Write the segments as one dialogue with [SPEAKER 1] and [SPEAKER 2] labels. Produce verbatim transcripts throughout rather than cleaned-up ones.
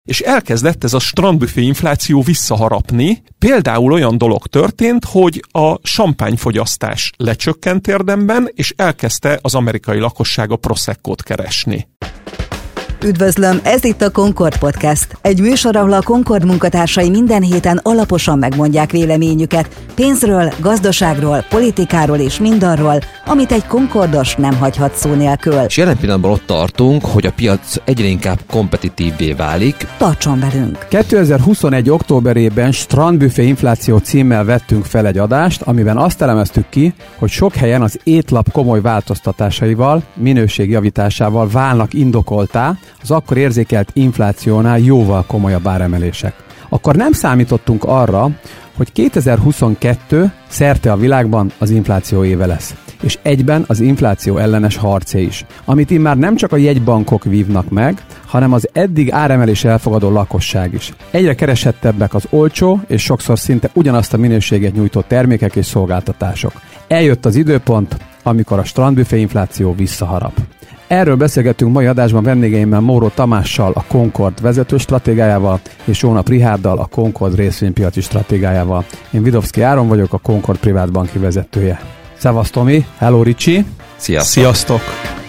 [SPEAKER 1] és elkezdett ez a strandbüfé infláció visszaharapni. Például olyan dolog történt, hogy a sampányfogyasztás lecsökkent érdemben, és elkezdte az amerikai lakosság a Proseccót keresni.
[SPEAKER 2] Üdvözlöm, ez itt a Concord Podcast. Egy műsor, ahol a Concord munkatársai minden héten alaposan megmondják véleményüket pénzről, gazdaságról, politikáról és mindarról, amit egy Concordos nem hagyhat szó nélkül.
[SPEAKER 3] És jelen pillanatban ott tartunk, hogy a piac egyre inkább kompetitívvé válik.
[SPEAKER 2] Tartson velünk!
[SPEAKER 4] kétezer-huszonegy októberében Strandbüfé infláció címmel vettünk fel egy adást, amiben azt elemeztük ki, hogy sok helyen az étlap komoly változtatásaival, minőség javításával válnak indokoltá az akkor érzékelt inflációnál jóval komolyabb áremelések. Akkor nem számítottunk arra, hogy kétezer-huszonkettő szerte a világban az infláció éve lesz, és egyben az infláció ellenes harcé is, amit immár nem csak a jegybankok vívnak meg, hanem az eddig áremelés elfogadó lakosság is. Egyre keresettebbek az olcsó és sokszor szinte ugyanazt a minőséget nyújtó termékek és szolgáltatások. Eljött az időpont, amikor a strandbüfé infláció visszaharap. Erről beszélgettünk mai adásban vendégeimmel, Móró Tamással, a Concord vezető stratégájával, és Jónap Richárddal, a Concord részvénypiaci stratégájával. Én Vidovszky Áron vagyok, a Concord privátbanki vezetője. Szevasz Tomi, hello Ricsi!
[SPEAKER 3] Sziasztok!
[SPEAKER 1] Sziasztok!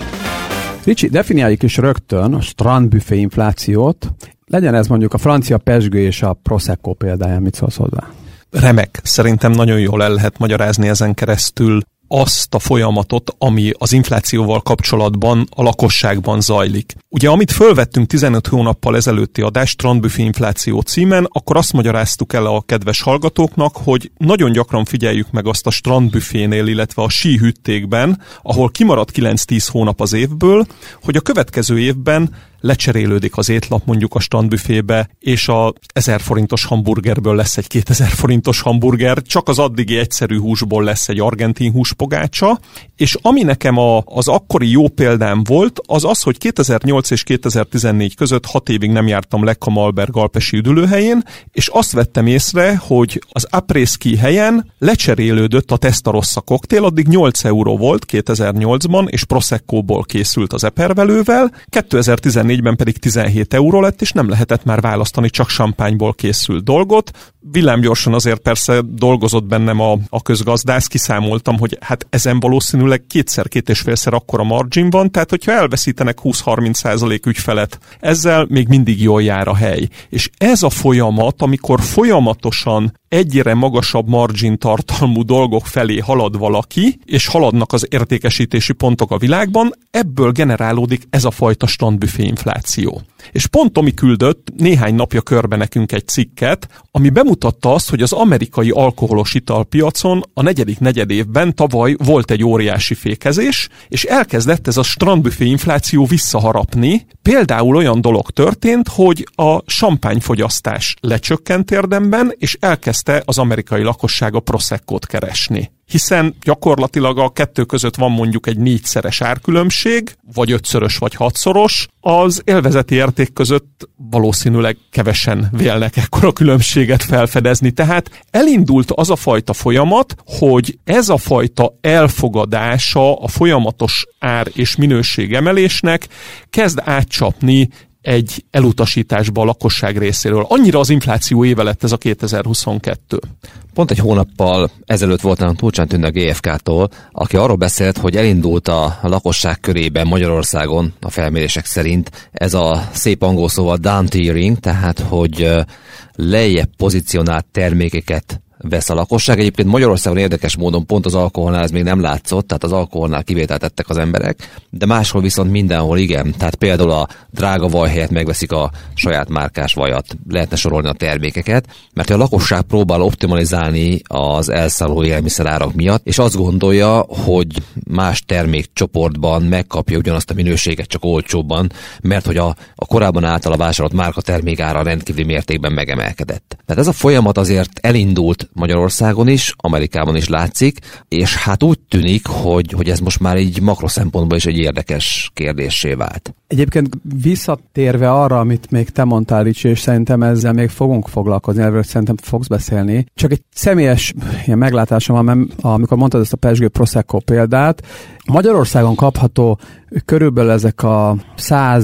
[SPEAKER 4] Ricsi, definiáljuk is rögtön a strandbüfé inflációt. Legyen ez mondjuk a francia pezsgő és a Prosecco példáján, mit szólsz hozzá?
[SPEAKER 1] Remek, szerintem nagyon jól el lehet magyarázni ezen keresztül azt a folyamatot, ami az inflációval kapcsolatban a lakosságban zajlik. Ugye, amit fölvettünk tizenöt hónappal ezelőtti adás Strandbüfé infláció címen, akkor azt magyaráztuk el a kedves hallgatóknak, hogy nagyon gyakran figyeljük meg azt a strandbüfénél, illetve a síhüttékben, ahol kimarad kilenc-tíz hónap az évből, hogy a következő évben lecserélődik az étlap mondjuk a strandbüfébe, és a ezer forintos hamburgerből lesz egy kétezer forintos hamburger, csak az addigi egyszerű húsból lesz egy argentin húspogácsa, és ami nekem a, az akkori jó példám volt, az az, hogy kétezer-nyolc és kétezer-tizennégy között hat évig nem jártam Lekka Malberg alpesi üdülőhelyén, és azt vettem észre, hogy az après-ski helyen lecserélődött a Testarossa koktél, addig nyolc euró volt kétezer-nyolcban, és Proseccóból készült az epervelővel, kétezer-tizennégyben pedig tizenhét euró lett, és nem lehetett már választani csak sampányból készült dolgot. Villámgyorsan azért persze dolgozott bennem a, a közgazdász, kiszámoltam, hogy hát ezen valószínűleg kétszer, két és félszer akkora margin van, tehát hogyha elveszítenek húsz-harminc százalék ügyfelet, ezzel még mindig jól jár a hely. És ez a folyamat, amikor folyamatosan egyre magasabb margin tartalmú dolgok felé halad valaki, és haladnak az értékesítési pontok a világban, ebből generálódik ez a fajta strandbüfé infláció. És pont Tomi küldött néhány napja körbe nekünk egy cikket, ami bemutatta azt, hogy az amerikai alkoholos italpiacon a negyedik negyedévben tavaly volt egy óriási fékezés, és elkezdett ez a strandbüfé infláció visszaharapni. Például olyan dolog történt, hogy a sampányfogyasztás lecsökkent érdemben, és elkezdte az amerikai lakosság a Proseccót keresni. Hiszen gyakorlatilag a kettő között van mondjuk egy négyszeres árkülönbség, vagy ötszörös, vagy hatszoros, az élvezeti érték között valószínűleg kevesen vélnek ekkora különbséget felfedezni. Tehát elindult az a fajta folyamat, hogy ez a fajta elfogadása a folyamatos ár és minőség emelésnek kezd átcsapni egy elutasításba a lakosság részéről. Annyira az infláció éve lett ez a kétezer-huszonkettő.
[SPEAKER 3] Pont egy hónappal ezelőtt volt nálunk Tulcsán Tünde a gé ef ká-tól, aki arról beszélt, hogy elindult a lakosság körében Magyarországon a felmérések szerint ez a szép angol szóval down-tiering, tehát hogy lejjebb pozícionált termékeket vesz a lakosság. Egyébként Magyarországon érdekes módon pont az alkoholnál ez még nem látszott, tehát az alkoholnál kivételt tettek az emberek, de máshol viszont mindenhol igen. Tehát például a drága vaj helyett megveszik a saját márkás vajat, lehetne sorolni a termékeket, mert a lakosság próbál optimalizálni az elszálló élelmiszerárak miatt, és azt gondolja, hogy más termékcsoportban megkapja ugyanazt a minőséget, csak olcsóbban, mert hogy a, a korábban általa vásárolt márka termékára rendkívüli mértékben megemelkedett. Tehát ez a folyamat azért elindult Magyarországon is, Amerikában is látszik, és hát úgy tűnik, hogy, hogy ez most már így makro szempontból is egy érdekes kérdéssé vált.
[SPEAKER 4] Egyébként visszatérve arra, amit még te mondtál, Ricsi, és szerintem ezzel még fogunk foglalkozni, erről szerintem fogsz beszélni. Csak egy személyes ilyen meglátásom van, mert amikor mondtad ezt a pezsgő Prosecco példát, Magyarországon kapható körülbelül ezek a száz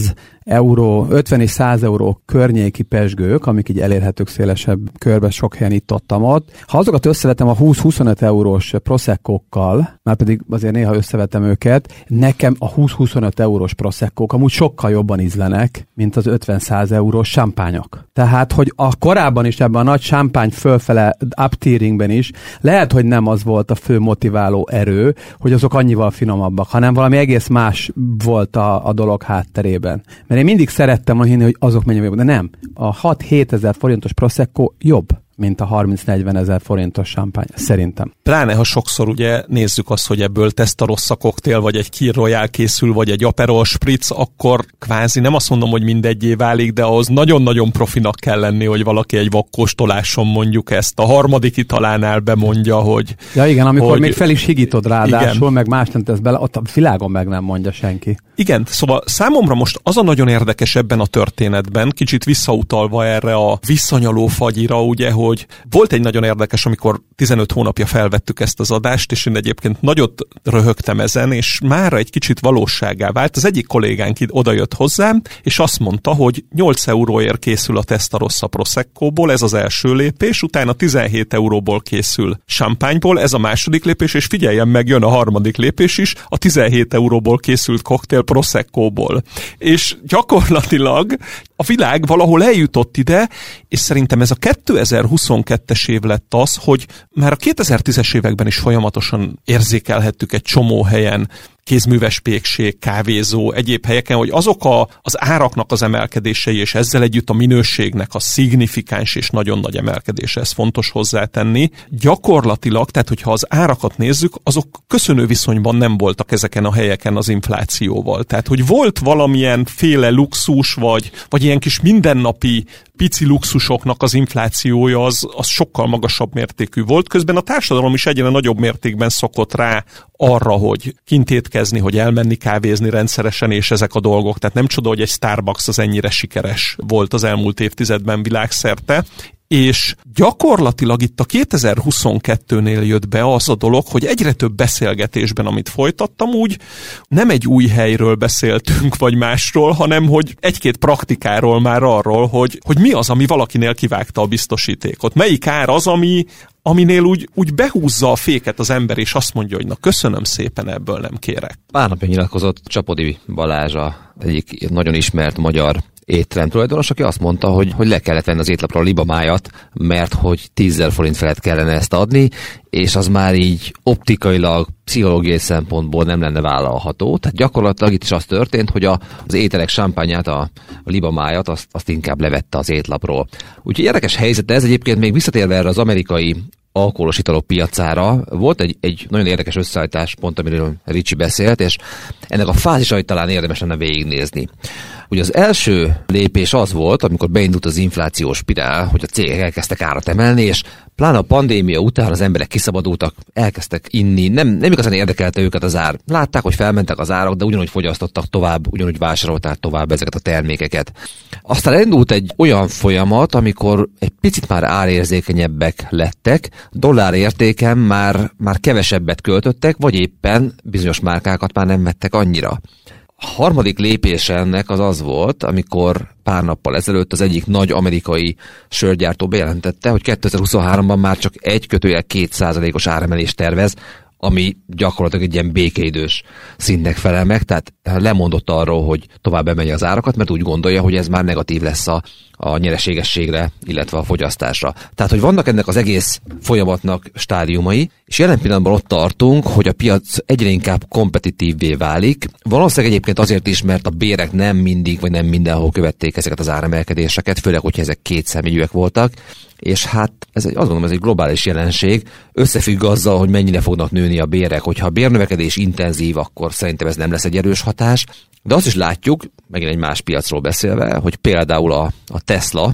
[SPEAKER 4] euró, ötven és száz euró környéki pezsgők, amik így elérhetők szélesebb körbe, sok helyen itt-ottam ott. Ha azokat összevetem a húsz-huszonöt eurós proseccókkal, már pedig azért néha összevetem őket, nekem a húsz-huszonöt eurós proseccók amúgy sokkal jobban ízlenek, mint az ötven-száz eurós sampányok. Tehát, hogy a korábban is ebben a nagy champagne fölfele up-tieringben is lehet, hogy nem az volt a fő motiváló erő, hogy azok annyival finomabbak, hanem valami egész más volt a, a dolog hátterében. Mert én mindig szerettem hinni, hogy azok mennyire jobb, de nem. A hat-hét ezer forintos Prosecco jobb, mint a harminc-negyven ezer forintos champagne, szerintem.
[SPEAKER 1] Pláne, ha sokszor ugye nézzük azt, hogy ebből Testarossa koktél, vagy egy Kir Royal készül, vagy egy Aperol Spritz, akkor kvázi nem azt mondom, hogy mindegyé válik, de ahhoz nagyon-nagyon profinak kell lenni, hogy valaki egy vakkóstoláson mondjuk ezt a harmadik italánál bemondja, hogy...
[SPEAKER 4] Ja igen, amikor
[SPEAKER 1] hogy,
[SPEAKER 4] még fel is higítod ráadásul,
[SPEAKER 1] igen.
[SPEAKER 4] meg más nem tesz bele, ott a világon meg nem mondja senki.
[SPEAKER 1] Igen, szóval számomra most az a nagyon érdekes ebben a történetben, kicsit visszautalva erre a visszanyaló fagyira, ugye, hogy volt egy nagyon érdekes, amikor tizenöt hónapja felvettük ezt az adást, és én egyébként nagyot röhögtem ezen, és mára egy kicsit valósággá vált. Az egyik kollégánk odajött hozzám, és azt mondta, hogy nyolc euróért készül a Testarossa Proseccóból, ez az első lépés, utána tizenhét euróból készül champagneból, ez a második lépés, és figyeljen meg, jön a harmadik lépés is, a tizenhét euróból készült koktél Proseccóból. És gyakorlatilag a világ valahol eljutott ide, és szerintem ez a kétezer-huszonkettes év lett az, hogy már a kétezer-tízes években is folyamatosan érzékelhettük egy csomó helyen, kézműves pékség, kávézó, egyéb helyeken, hogy azok a, az áraknak az emelkedései, és ezzel együtt a minőségnek a szignifikáns és nagyon nagy emelkedése, ez fontos hozzátenni. Gyakorlatilag, tehát hogyha az árakat nézzük, azok köszönő viszonyban nem voltak ezeken a helyeken az inflációval. Tehát, hogy volt valamilyen féle luxus, vagy, vagy ilyen kis mindennapi pici luxusoknak az inflációja, az, az sokkal magasabb mértékű volt. Közben a társadalom is egyre nagyobb mértékben szokott rá arra, hogy kint étkezni, hogy elmenni kávézni rendszeresen, és ezek a dolgok. Tehát nem csoda, hogy egy Starbucks az ennyire sikeres volt az elmúlt évtizedben világszerte. És gyakorlatilag itt a kétezer-huszonkettőnél jött be az a dolog, hogy egyre több beszélgetésben, amit folytattam, úgy nem egy új helyről beszéltünk, vagy másról, hanem hogy egy-két praktikáról már arról, hogy, hogy mi az, ami valakinél kivágta a biztosítékot. Melyik ár az, ami, aminél úgy, úgy behúzza a féket az ember, és azt mondja, hogy na köszönöm szépen, ebből nem kérek.
[SPEAKER 3] Pár napja nyilatkozott Csapodi Balázs, egyik nagyon ismert magyar étterem tulajdonos, aki azt mondta, hogy, hogy le kellett venni az étlapra a libamájat, mert hogy tízezer forint felett kellene ezt adni, és az már így optikailag, pszichológiai szempontból nem lenne vállalható. Tehát gyakorlatilag itt is az történt, hogy a, az ételek sámpányát, a, a libamájat, azt, azt inkább levette az étlapról. Úgyhogy érdekes helyzet, de ez egyébként még visszatérve erre az amerikai alkoholos italok piacára, volt egy, egy nagyon érdekes összeállítás, pont amiről Ricsi beszélt, és ennek a fázisait talán érdemes lenne végignézni. Ugye az első lépés az volt, amikor beindult az inflációs spirál, hogy a cégek elkezdtek árat emelni, és pláne a pandémia után az emberek kiszabadultak, elkezdtek inni, nem, nem igazán érdekelte őket az ár. Látták, hogy felmentek az árak, de ugyanúgy fogyasztottak tovább, ugyanúgy vásárolták tovább ezeket a termékeket. Aztán elindult egy olyan folyamat, amikor egy picit már árérzékenyebbek lettek, dollár értéken már, már kevesebbet költöttek, vagy éppen bizonyos márkákat már nem vettek annyira. A harmadik lépés ennek az az volt, amikor pár nappal ezelőtt az egyik nagy amerikai sörgyártó bejelentette, hogy kétezer-huszonháromban már csak egy kötőjel két százalékos áremelést tervez, ami gyakorlatilag egy ilyen békeidős szintnek felel meg, tehát lemondott arról, hogy tovább emelje az árakat, mert úgy gondolja, hogy ez már negatív lesz a, a nyereségességre, illetve a fogyasztásra. Tehát, hogy vannak ennek az egész folyamatnak stádiumai, és jelen pillanatban ott tartunk, hogy a piac egyre inkább kompetitívvé válik. Valószínűleg egyébként azért is, mert a bérek nem mindig, vagy nem mindenhol követték ezeket az áremelkedéseket, főleg, hogyha ezek kétszemélyűek voltak, és hát ez egy, azt gondolom, ez egy globális jelenség, összefügg azzal, hogy mennyire fognak nőni a bérek. Hogyha a bérnövekedés intenzív, akkor szerintem ez nem lesz egy erős hatás, de azt is látjuk, megint egy más piacról beszélve, hogy például a, a Tesla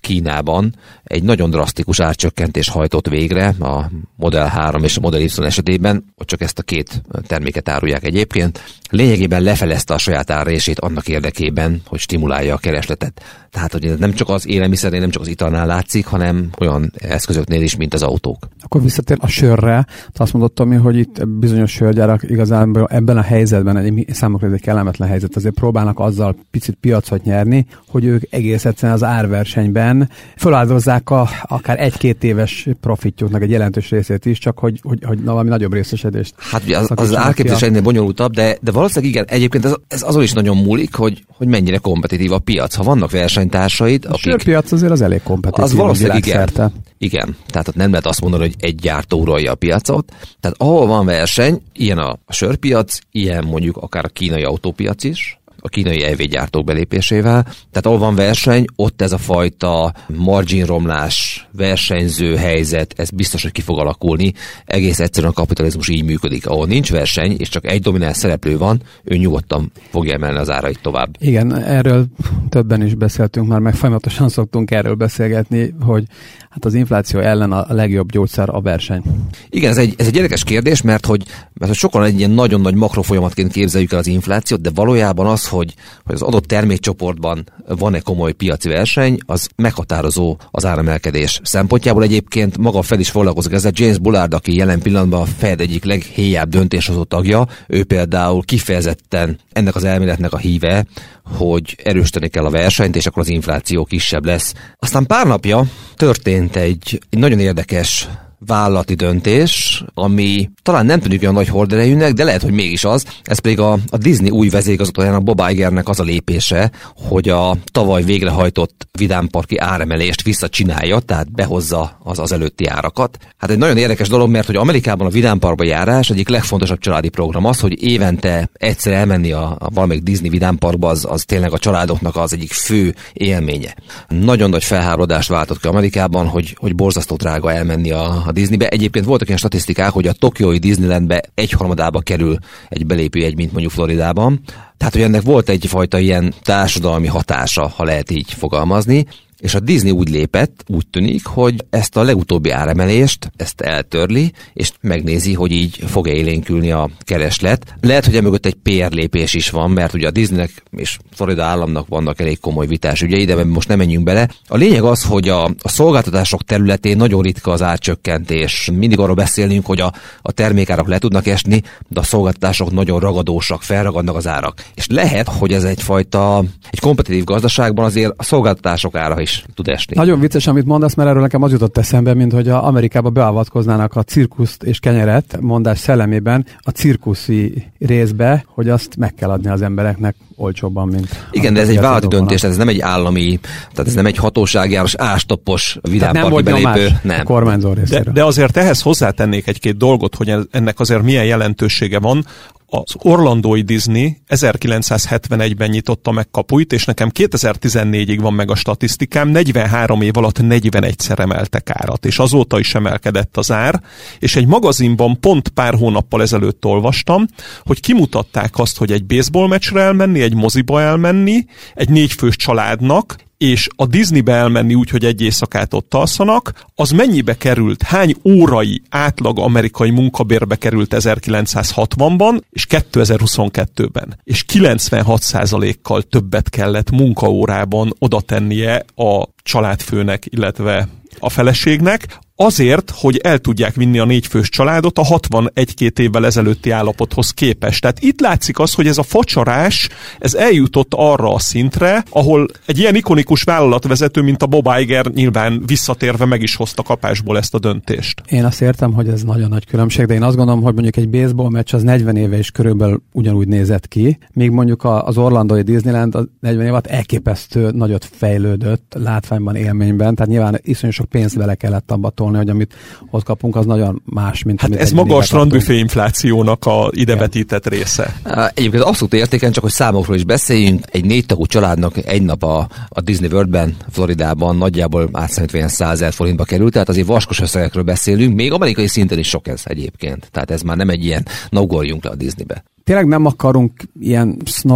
[SPEAKER 3] Kínában egy nagyon drasztikus árcsökkentés hajtott végre a Model három és a Model Y esetében, ott csak ezt a két terméket árulják egyébként. Lényegében lefelezte a saját árrését annak érdekében, hogy stimulálja a keresletet. Tehát, hogy nem csak az élelmiszernél, nem csak az italnál látszik, hanem olyan eszközöknél is, mint az autók.
[SPEAKER 4] Akkor visszatér a sörre. Azt mondott Tomi, hogy itt bizonyos sörgyárak igazán ebben a helyzetben, egy, számukra ez egy kellemetlen helyzet, azért próbálnak azzal picit piacot nyerni, hogy ők egész egyszerűen az árversenyben feláldozzák a, akár egy-két éves profitjuknak egy jelentős részét is, csak hogy, hogy, hogy valami nagyobb részesedést.
[SPEAKER 3] Hát ugye az, az árképzés ennél bonyolultabb, de, de valószínűleg igen, egyébként ez, ez azon is nagyon múlik, hogy, hogy mennyire kompetitív a piac. Ha vannak versenytársaid,
[SPEAKER 4] a akik... sörpiac azért az elég kompetitív.
[SPEAKER 3] Az valószínűleg igen. Igen. Tehát ott nem lehet azt mondani, hogy egy gyártó uralja a piacot. Tehát ahol van verseny, ilyen a, a sörpiac, ilyen mondjuk akár a kínai autópiac is, a kínai é vé-gyártók belépésével. Tehát ahol van verseny, ott ez a fajta marginromlás, versenyző helyzet, ez biztos, hogy ki fog alakulni. Egész egyszerűen a kapitalizmus így működik. Ahol nincs verseny, és csak egy domináns szereplő van, ő nyugodtan fogja emelni az árait tovább.
[SPEAKER 4] Igen, erről többen is beszéltünk már, meg folyamatosan szoktunk erről beszélgetni, hogy hát az infláció ellen a legjobb gyógyszer a verseny.
[SPEAKER 3] Igen, ez egy, ez egy érdekes kérdés, mert hogy, mert hogy sokan egy ilyen nagyon nagy makrofolyamatként képzeljük el az inflációt, de valójában az, hogy, hogy az adott termékcsoportban van-e komoly piaci verseny, az meghatározó az áremelkedés szempontjából. Egyébként maga fel is foglalkozik ezzel. James Bullard, aki jelen pillanatban a Fed egyik leghéjább döntéshozó tagja, ő például kifejezetten ennek az elméletnek a híve, hogy erősíteni kell a versenyt, és akkor az infláció kisebb lesz. Aztán pár napja történt egy, egy nagyon érdekes vállalati döntés, ami talán nem tűnik olyan nagy horderejűnek, de lehet, hogy mégis az. Ez pedig a, a Disney új vezérigazgatójának, Bob Igernek az a lépése, hogy a tavaly végrehajtott vidámparki áremelést visszacsinálja, tehát behozza az az előtti árakat. Hát egy nagyon érdekes dolog, mert hogy Amerikában a vidámparkba járás egyik legfontosabb családi program az, hogy évente egyszer elmenni a, a valamelyik Disney vidámparkba, az, az tényleg a családoknak az egyik fő élménye. Nagyon nagy felháborodást váltott ki Amerikában, hogy, hogy borzasztó drága elmenni a a Disneybe. Egyébként voltak ilyen statisztikák, hogy a tokiói Disneylandbe egyharmadába kerül egy belépőjegy, mint mondjuk Floridában. Tehát, hogy ennek volt egyfajta ilyen társadalmi hatása, ha lehet így fogalmazni. És a Disney úgy lépett, úgy tűnik, hogy ezt a legutóbbi áremelést, ezt eltörli, és megnézi, hogy így fog-e élénkülni a kereslet. Lehet, hogy emögött egy pé er lépés is van, mert ugye a Disneynek és Florida államnak vannak elég komoly vitás ügyei, de most nem menjünk bele. A lényeg az, hogy a, a szolgáltatások területén nagyon ritka az árcsökkentés. Mindig arról beszélünk, hogy a, a termékárak le tudnak esni, de a szolgáltatások nagyon ragadósak, felragadnak az árak. És lehet, hogy ez egyfajta, egy kompetitív gazdaságban azért a szolgáltatások ára is tud esni.
[SPEAKER 4] Nagyon vicces, amit mondasz, mert erről nekem az jutott eszembe, mint hogy a Amerikába beavatkoznának a cirkuszt és kenyeret mondás szellemében a cirkuszi részbe, hogy azt meg kell adni az embereknek olcsóbban, mint...
[SPEAKER 3] Igen, de ez egy vállalati döntés, ez nem egy állami, tehát ez nem egy hatóságjáros ástoppos vidámparki belépő.
[SPEAKER 4] Nem. A kormányzó részéről.
[SPEAKER 1] De, de azért ehhez hozzátennék egy-két dolgot, hogy ennek azért milyen jelentősége van. Az orlandói Disney ezerkilencszázhetvenegyben nyitotta meg kapuit, és nekem kétezer-tizennégyig van meg a statisztikám, negyvenhárom év alatt negyvenegyszer emeltek árat, és azóta is emelkedett az ár, és egy magazinban pont pár hónappal ezelőtt olvastam, hogy kimutatták azt, hogy egy baseball meccsre elmenni, egy moziba elmenni, egy négyfős családnak, és a Disneybe elmenni úgy, hogy egy éjszakát ott alszanak, az mennyibe került, hány órai átlag amerikai munkabérbe került ezerkilencszázhatvanban és kétezer-huszonkettőben. És kilencvenhat százalékkal többet kellett munkaórában oda tennie a családfőnek, illetve a feleségnek, azért, hogy el tudják vinni a négyfős családot a hatvanegy-két évvel ezelőtti állapothoz képest. Tehát itt látszik az, hogy ez a facsarás, ez eljutott arra a szintre, ahol egy ilyen ikonikus vállalatvezető, mint a Bob Iger nyilván visszatérve meg is hozta kapásból ezt a döntést.
[SPEAKER 4] Én azt értem, hogy ez nagyon nagy különbség, de én azt gondolom, hogy mondjuk egy baseball meccs az negyven éve is körülbelül ugyanúgy nézett ki, míg mondjuk az orlandói Disneyland az negyven év alatt elképesztő nagyot fejlődött látványban, élményben, tehát nyilván iszonyú sok pénzt bele kellett abba tolni, hogy amit ott kapunk, az nagyon más, mint
[SPEAKER 1] hát
[SPEAKER 4] amit
[SPEAKER 1] ez maga a strandbüfé inflációnak a idevetített része.
[SPEAKER 3] Egyébként abszolút értéken, csak hogy számokról is beszéljünk, egy négy tagú családnak egy nap a, a Disney Worldben, Floridában nagyjából átszámítva százezer forintba került, tehát azért vaskos összegekről beszélünk, még amerikai szinten is sok ez egyébként. Tehát ez már nem egy ilyen, na ugorjunk le a Disneybe.
[SPEAKER 4] Tényleg nem akarunk ilyen snob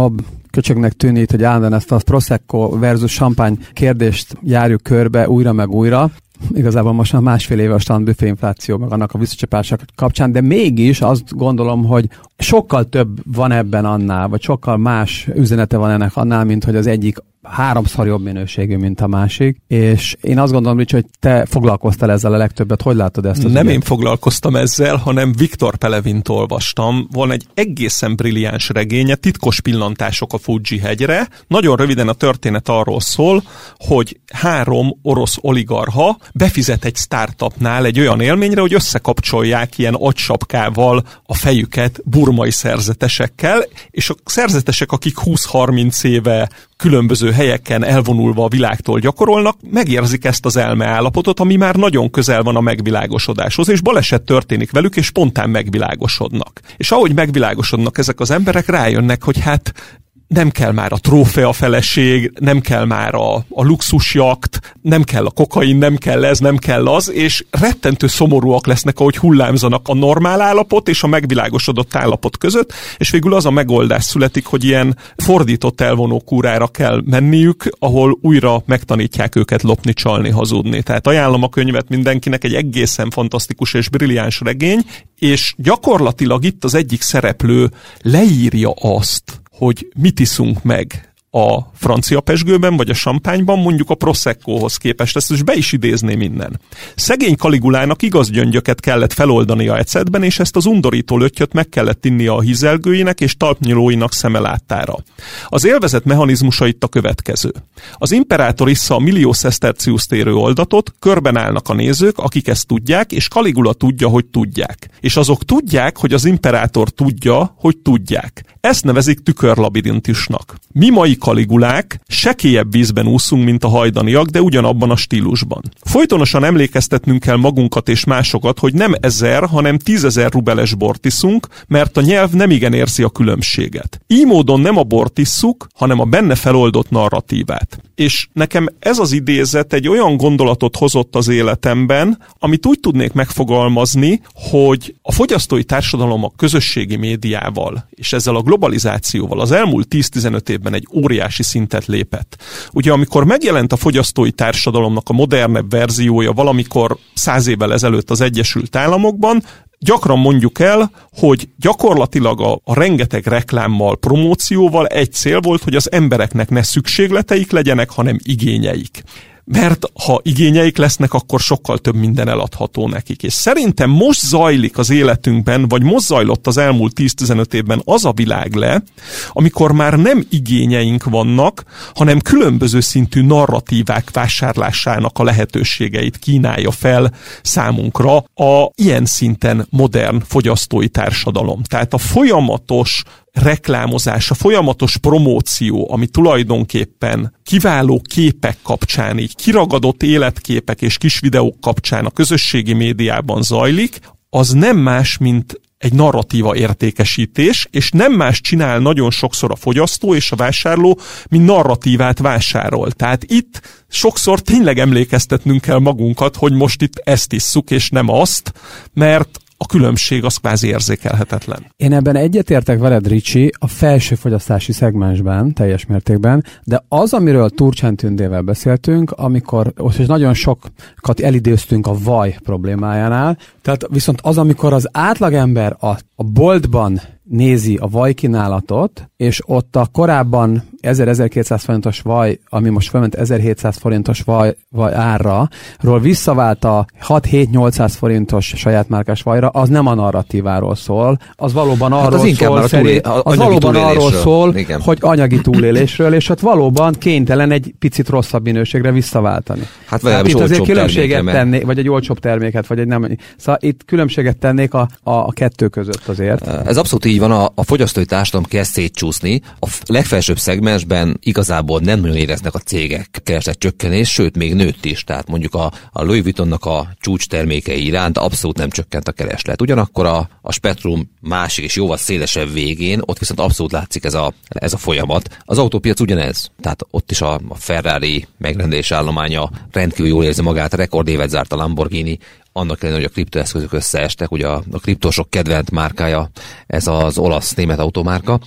[SPEAKER 4] köcsögnek tűnik, hogy állandóan ezt a Prosecco versus champagne kérdést járjuk körbe újra meg újra. Igazából most már másfél éve a strandbüfé infláció, meg annak a visszacsapása kapcsán, de mégis azt gondolom, hogy sokkal több van ebben annál, vagy sokkal más üzenete van ennek annál, mint hogy az egyik háromszor jobb minőségű, mint a másik, és én azt gondolom, Ricsi, hogy te foglalkoztál ezzel a legtöbbet. Hogy látod ezt az
[SPEAKER 1] Nem
[SPEAKER 4] ügyet?
[SPEAKER 1] én foglalkoztam ezzel, hanem Viktor Pelevint olvastam. Van egy egészen brilliáns regénye, Titkos pillantások a Fudzsi-hegyre. Nagyon röviden a történet arról szól, hogy három orosz oligarcha befizet egy startupnál egy olyan élményre, hogy összekapcsolják ilyen agysapkával a fejüket burmai szerzetesekkel, és a szerzetesek, akik húsz-harminc éve különböző helyeken elvonulva a világtól gyakorolnak, megérzik ezt az elmeállapotot, ami már nagyon közel van a megvilágosodáshoz, és baleset történik velük, és spontán megvilágosodnak. És ahogy megvilágosodnak ezek az emberek, rájönnek, hogy hát nem kell már a trófea feleség, nem kell már a, a luxusjakt, nem kell a kokain, nem kell ez, nem kell az, és rettentő szomorúak lesznek, ahogy hullámzanak a normál állapot és a megvilágosodott állapot között, és végül az a megoldás születik, hogy ilyen fordított elvonó kúrára kell menniük, ahol újra megtanítják őket lopni, csalni, hazudni. Tehát ajánlom a könyvet mindenkinek, egy egészen fantasztikus és brilliáns regény, és gyakorlatilag itt az egyik szereplő leírja azt, hogy mit iszunk meg a francia pezsgőben, vagy a sampányban, mondjuk a Proseccóhoz képest, ezt is be is idézném innen. Szegény Kaligulának igaz gyöngyöket kellett feloldania ecetben, és ezt az undorító löttyöt meg kellett innia a hízelgőinek és talpnyolóinak szeme láttára. Az élvezet mechanizmusa itt a következő. Az imperátor issza a millió sesterciuszt érő oldatot, körben állnak a nézők, akik ezt tudják, és Kaligula tudja, hogy tudják. És azok tudják, hogy az imperátor tudja, hogy tudják. Ezt nevezik tükörlabirintusnak. Mi mai Kaligulák sekélyebb vízben úszunk, mint a hajdaniak, de ugyanabban a stílusban. Folytonosan emlékeztetnünk kell magunkat és másokat, hogy nem ezer, hanem tízezer rubeles bort iszunk, mert a nyelv nem igen érzi a különbséget. Így módon nem a bort isszuk, hanem a benne feloldott narratívát. És nekem ez az idézet egy olyan gondolatot hozott az életemben, amit úgy tudnék megfogalmazni, hogy a fogyasztói társadalom a közösségi médiával és ezzel a globalizációval az elmúlt tíz-tizenöt évben egy óriási szintet lépett. Ugye amikor megjelent a fogyasztói társadalomnak a modernebb verziója valamikor száz évvel ezelőtt az Egyesült Államokban, gyakran mondjuk el, hogy gyakorlatilag a, a rengeteg reklámmal, promócióval egy cél volt, hogy az embereknek ne szükségleteik legyenek, hanem igényeik. Mert ha igényeik lesznek, akkor sokkal több minden eladható nekik. És szerintem most zajlik az életünkben, vagy most zajlott az elmúlt tíz-tizenöt évben az a világ le, amikor már nem igényeink vannak, hanem különböző szintű narratívák vásárlásának a lehetőségeit kínálja fel számunkra a ilyen szinten modern fogyasztói társadalom. Tehát a folyamatos reklámozás, a folyamatos promóció, ami tulajdonképpen kiváló képek kapcsán, így kiragadott életképek és kis videók kapcsán a közösségi médiában zajlik, az nem más, mint egy narratíva értékesítés, és nem más csinál nagyon sokszor a fogyasztó és a vásárló, mint narratívát vásárol. Tehát itt sokszor tényleg emlékeztetnünk kell magunkat, hogy most itt ezt isszuk, és nem azt, mert a különbség az kvázi érzékelhetetlen.
[SPEAKER 4] Én ebben egyetértek veled, Ricsi, a felső fogyasztási szegmensben, teljes mértékben, de az, amiről Turcsán Tündével beszéltünk, amikor, és nagyon sokat elidéztünk a vaj problémájánál, tehát viszont az, amikor az átlagember a, a boltban nézi a vajkínálatot, és ott a korábban ezer-ezerkétszáz forintos vaj, ami most felment ezerhétszáz forintos vaj, vaj árra, ról visszavált a hat-hét-nyolcszáz forintos saját márkás vajra, az nem a narratíváról szól, az valóban arról hát az szól, túlé, az valóban arról szól, igen, hogy anyagi túlélésről, és ott valóban kénytelen egy picit rosszabb minőségre visszaváltani. Hát vagy itt azért különbséget tennék, vagy egy olcsóbb terméket, vagy egy nem. Szóval itt különbséget tennék a, a, a kettő között azért.
[SPEAKER 3] Ez abszolút így van, a, a fogyasztói társadalom kezd szétcsúszni. A legfelsőbb szegmensben igazából nem nagyon éreznek a cégek kereslet csökkenés, sőt még nőtt is. Tehát mondjuk a, a Louis Vuittonnak a csúcs termékei iránt abszolút nem csökkent a kereslet. Ugyanakkor a, a spektrum másik és jóval szélesebb végén, ott viszont abszolút látszik ez a, ez a folyamat. Az autópiac ugyanez. Tehát ott is a, a Ferrari megrendelés állománya rendkívül jól érzi magát, rekordévet zárt a Lamborghini, annak ellenére, hogy a kriptoeszközök összeestek, ugye a, a kriptósok kedvelt márkája, ez az olasz-német automárka.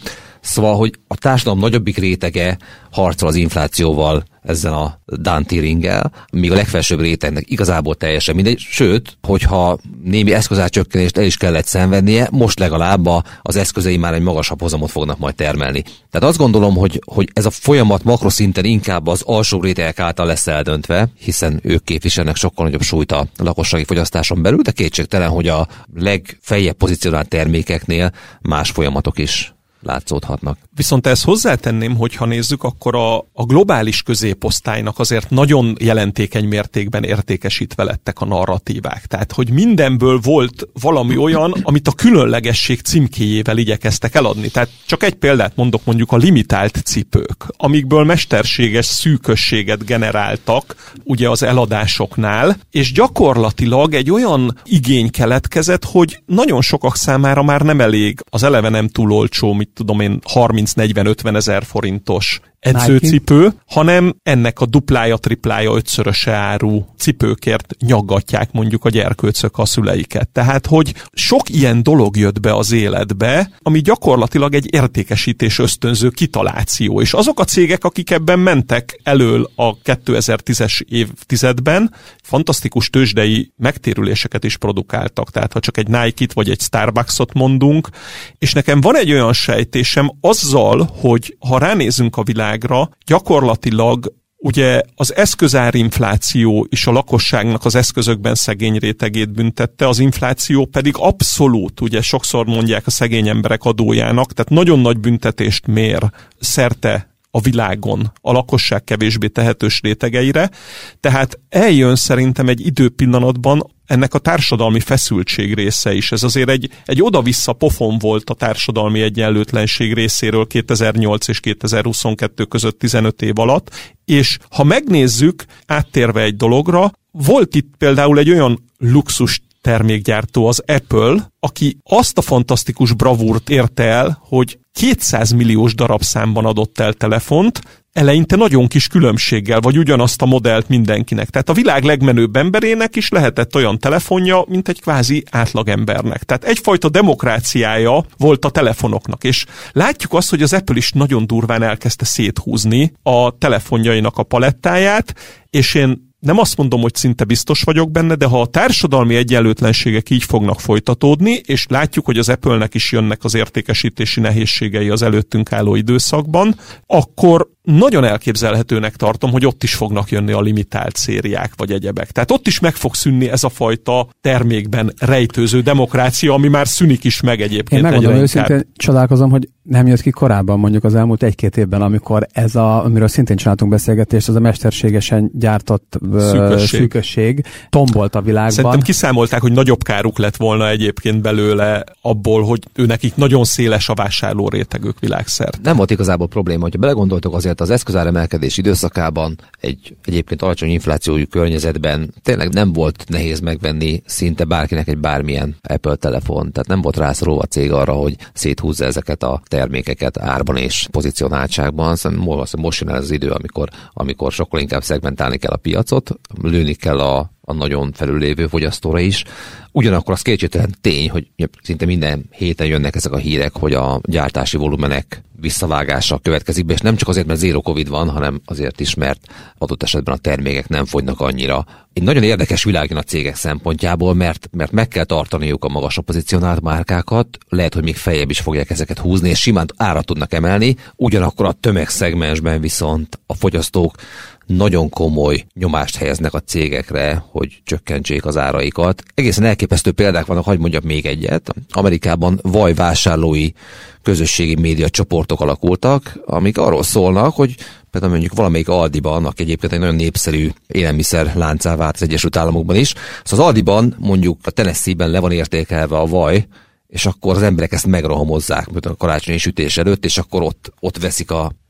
[SPEAKER 3] Szóval, hogy a társadalom nagyobbik rétege harcol az inflációval ezzel a downtieringgel, míg a legfelsőbb rétegnek igazából teljesen mindegy. Sőt, hogyha némi eszközárcsökkenést el is kellett szenvednie, most legalább az eszközei már egy magasabb hozamot fognak majd termelni. Tehát azt gondolom, hogy, hogy ez a folyamat makroszinten inkább az alsó rétegek által lesz eldöntve, hiszen ők képviselnek sokkal nagyobb súlyt a lakossági fogyasztáson belül, de kétségtelen, hogy a legfeljebb pozícionált termékeknél más folyamatok is látszódhatnak.
[SPEAKER 1] Viszont ezt hozzátenném, hogy ha nézzük, akkor a, a globális középosztálynak azért nagyon jelentékeny mértékben értékesítve lettek a narratívák. Tehát, hogy mindenből volt valami olyan, amit a különlegesség címkéjével igyekeztek eladni. Tehát csak egy példát mondok, mondjuk a limitált cipők, amikből mesterséges szűkösséget generáltak ugye az eladásoknál, és gyakorlatilag egy olyan igény keletkezett, hogy nagyon sokak számára már nem elég az eleve nem túl olcsó, mit tudom én, harminc-negyven-ötven ezer forintos edzőcipő, hanem ennek a duplája, triplája, ötszöröse áru cipőkért nyaggatják mondjuk a gyerkőcök a szüleiket. Tehát, hogy sok ilyen dolog jött be az életbe, ami gyakorlatilag egy értékesítés ösztönző kitaláció. És azok a cégek, akik ebben mentek elől a kétezer-tízes évtizedben, fantasztikus tőzsdei megtérüléseket is produkáltak. Tehát, ha csak egy Nike-t vagy egy Starbucksot mondunk, és nekem van egy olyan sejtésem azzal, hogy ha ránézünk a világ gyakorlatilag ugye az eszközárinfláció is a lakosságnak az eszközökben szegény rétegét büntette, az infláció pedig abszolút, ugye sokszor mondják a szegény emberek adójának, tehát nagyon nagy büntetést mér szerte a világon a lakosság kevésbé tehetős rétegeire, tehát eljön szerintem egy időpillanatban ennek a társadalmi feszültség része is. Ez azért egy, egy oda-vissza pofon volt a társadalmi egyenlőtlenség részéről kétezer-nyolc és kétezer-huszonkettő között tizenöt év alatt, és ha megnézzük, áttérve egy dologra, volt itt például egy olyan luxus termékgyártó, az Apple, aki azt a fantasztikus bravúrt érte el, hogy kétszáz milliós darabszámban adott el telefont, eleinte nagyon kis különbséggel, vagy ugyanazt a modellt mindenkinek. Tehát a világ legmenőbb emberének is lehetett olyan telefonja, mint egy kvázi átlagembernek. Tehát egyfajta demokráciája volt a telefonoknak, és látjuk azt, hogy az Apple is nagyon durván elkezdte széthúzni a telefonjainak a palettáját, és én nem azt mondom, hogy szinte biztos vagyok benne, de ha a társadalmi egyenlőtlenségek így fognak folytatódni, és látjuk, hogy az Apple-nek is jönnek az értékesítési nehézségei az előttünk álló időszakban, akkor nagyon elképzelhetőnek tartom, hogy ott is fognak jönni a limitált szériák vagy egyebek. Tehát ott is meg fog szűnni ez a fajta termékben rejtőző demokrácia, ami már szűnik is meg egyébként.
[SPEAKER 4] Én megmondom őszintén, csodálkozom, hogy nem jött ki korábban, mondjuk az elmúlt egy-két évben, amikor ez a, amiről szintén csináltunk beszélgetést, az a mesterségesen gyártott szűkösség, szűkösség tombolt a világban.
[SPEAKER 1] Szerintem kiszámolták, hogy nagyobb káruk lett volna egyébként belőle abból, hogy ő nekik nagyon széles a vásárló rétegük világszerte.
[SPEAKER 3] Nem volt igazából probléma, hogyha belegondoltok, azért az eszközáremelkedés időszakában egy egyébként alacsony inflációjú környezetben tényleg nem volt nehéz megvenni szinte bárkinek egy bármilyen Apple telefon. Tehát nem volt rászorulva a cég arra, hogy széthúzza ezeket a termékeket árban és pozicionáltságban. Szóval most jön el az idő, amikor, amikor sokkal inkább szegmentálni kell a piacot, lőni kell a a nagyon felüllévő fogyasztóra is. Ugyanakkor az kétségtelen tény, hogy szinte minden héten jönnek ezek a hírek, hogy a gyártási volumenek visszavágása következik be, és nem csak azért, mert zéro Covid van, hanem azért is, mert adott esetben a termékek nem fogynak annyira. Egy nagyon érdekes világ a cégek szempontjából, mert, mert meg kell tartaniuk a magasabb pozícionált márkákat, lehet, hogy még feljebb is fogják ezeket húzni, és simán árat tudnak emelni, ugyanakkor a tömegszegmensben viszont a fogyasztók nagyon komoly nyomást helyeznek a cégekre, hogy csökkentsék az áraikat. Egészen elképesztő példák vannak, hadd mondjak még egyet. Amerikában vajvásárlói közösségi média csoportok alakultak, amik arról szólnak, hogy például mondjuk valamelyik Aldiban, annak egyébként egy nagyon népszerű élelmiszer láncá vált az Egyesült Államokban is. Szóval az Aldiban mondjuk a Tennessee-ben le van értékelve a vaj, és akkor az emberek ezt megrohamozzák, mint a karácsonyi sütés előtt, és akkor ott, ott veszik a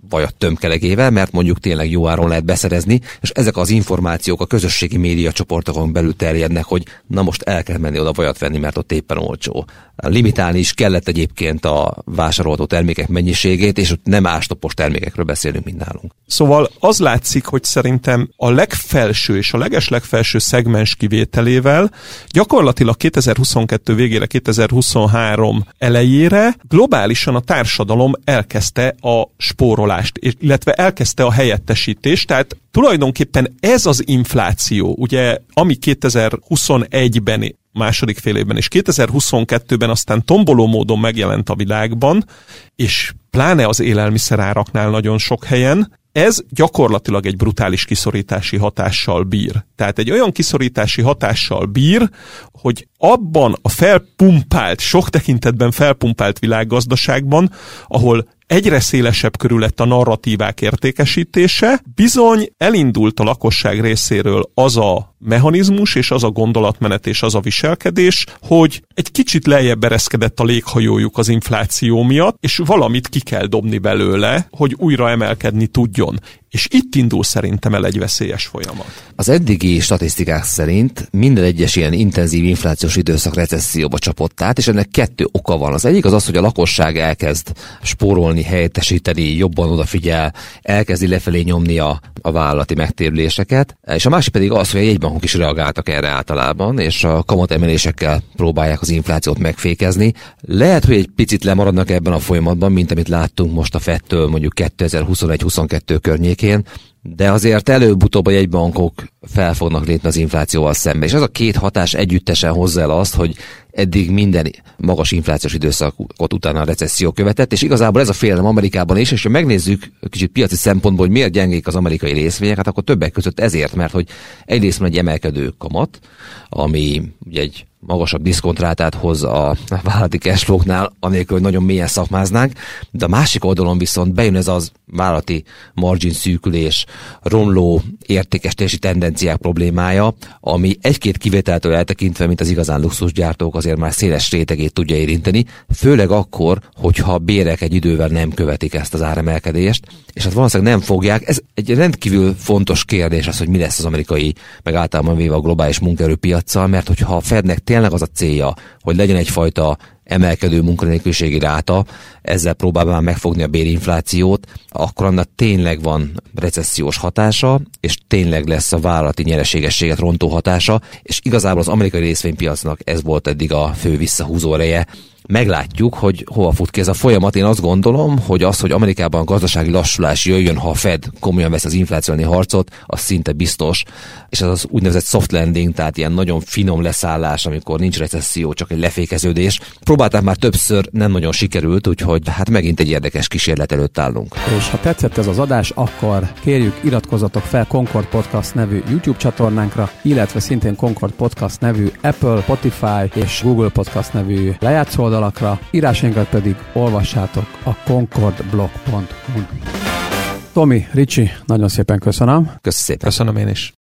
[SPEAKER 3] vajat tömkelegével, mert mondjuk tényleg jó áron lehet beszerezni, és ezek az információk a közösségi média csoportokon belül terjednek, hogy na most el kell menni oda vajat venni, mert ott éppen olcsó. Limitálni is kellett egyébként a vásárolható termékek mennyiségét, és ott nem ástopos termékekről beszélünk, mint nálunk.
[SPEAKER 1] Szóval az látszik, hogy szerintem a legfelső és a legeslegfelső szegmens kivételével gyakorlatilag kétezer-huszonkettő végére, kétezer-huszonhárom elejére globálisan a társadalom elkezdte a spórolást, illetve elkezdte a helyettesítést, tehát tulajdonképpen ez az infláció, ugye, ami kétezer-huszonegyben második fél évben, és kétezer-huszonkettőben aztán tomboló módon megjelent a világban, és pláne az élelmiszeráraknál nagyon sok helyen, ez gyakorlatilag egy brutális kiszorítási hatással bír. Tehát egy olyan kiszorítási hatással bír, hogy abban a felpumpált, sok tekintetben felpumpált világgazdaságban, ahol egyre szélesebb körül lett a narratívák értékesítése, bizony elindult a lakosság részéről az a mechanizmus, és az a gondolatmenet, és az a viselkedés, hogy egy kicsit lejjebb ereszkedett a léghajójuk az infláció miatt, és valamit ki kell dobni belőle, hogy újra emelkedni tudjon. És itt indul szerintem el egy veszélyes folyamat.
[SPEAKER 3] Az eddigi statisztikák szerint minden egyes ilyen intenzív inflációs időszak recesszióba csapott át, és ennek kettő oka van. Az egyik az az, hogy a lakosság elkezd spórolni, helyettesíteni, jobban odafigyel, elkezdi lefelé nyomni a, a vállalati megtérüléseket, és a másik pedig az, hogy a jegybankok is reagáltak erre általában, és a kamatemelésekkel próbálják az inflációt megfékezni. Lehet, hogy egy picit lemaradnak ebben a folyamatban, mint amit láttunk most a Fedtől mondjuk kétezer-huszonegy-huszonkettő környékén, de azért előbb-utóbb a jegybankok fel fognak lépni az inflációval szembe. És ez a két hatás együttesen hozza el azt, hogy eddig minden magas inflációs időszakot utána a recesszió követett, és igazából ez a félelem Amerikában is, és ha megnézzük kicsit piaci szempontból, hogy miért gyengék az amerikai részvények, hát akkor többek között ezért, mert hogy egyrészt van egy emelkedő kamat, ami ugye egy magasabb diszkontrátát hoz a vállalati cashflow-knál, anélkül, hogy nagyon mélyen szakmáznánk, de a másik oldalon viszont bejön ez az vállalati margin szűkülés, romló értékesítési tendenciák problémája, ami egy-két kivételtől eltekintve, mint az igazán luxusgyártók, azért már széles rétegét tudja érinteni, főleg akkor, hogyha a bérek egy idővel nem követik ezt az áremelkedést, és hát valószínűleg nem fogják. Ez egy rendkívül fontos kérdés az, hogy mi lesz az amerikai, meg általában véve a globális munkaerőpiaccal, mert hogyha a Fednek tényleg az a célja, hogy legyen egyfajta emelkedő munkanélküliségi ráta, ezzel próbál már megfogni a bérinflációt, akkor annak tényleg van recessziós hatása, és tényleg lesz a vállalati nyereségességet rontó hatása, és igazából az amerikai részvénypiacnak ez volt eddig a fő visszahúzó ereje. Meglátjuk, hogy hova fut ki ez a folyamat. Én azt gondolom, hogy az, hogy Amerikában a gazdasági lassulás jöjjön, ha a Fed komolyan vesz az infláció elleni harcot, az szinte biztos, és az az úgynevezett soft landing, tehát ilyen nagyon finom leszállás, amikor nincs recesszió, csak egy lefékeződés. Próbálták már többször, nem nagyon sikerült, úgyhogy hát megint egy érdekes kísérlet előtt állunk.
[SPEAKER 4] És ha tetszett ez az adás, akkor kérjük, iratkozzatok fel Concord Podcast nevű YouTube csatornánkra, illetve szintén Concord Podcast nevű Apple, Spotify és Google Podcast nevű lejátszó oldalakra, írásainkat pedig olvassátok a concordblog pont hu. Tomi, Ricsi, nagyon szépen köszönöm.
[SPEAKER 3] Köszönöm szépen.
[SPEAKER 1] Köszönöm én is.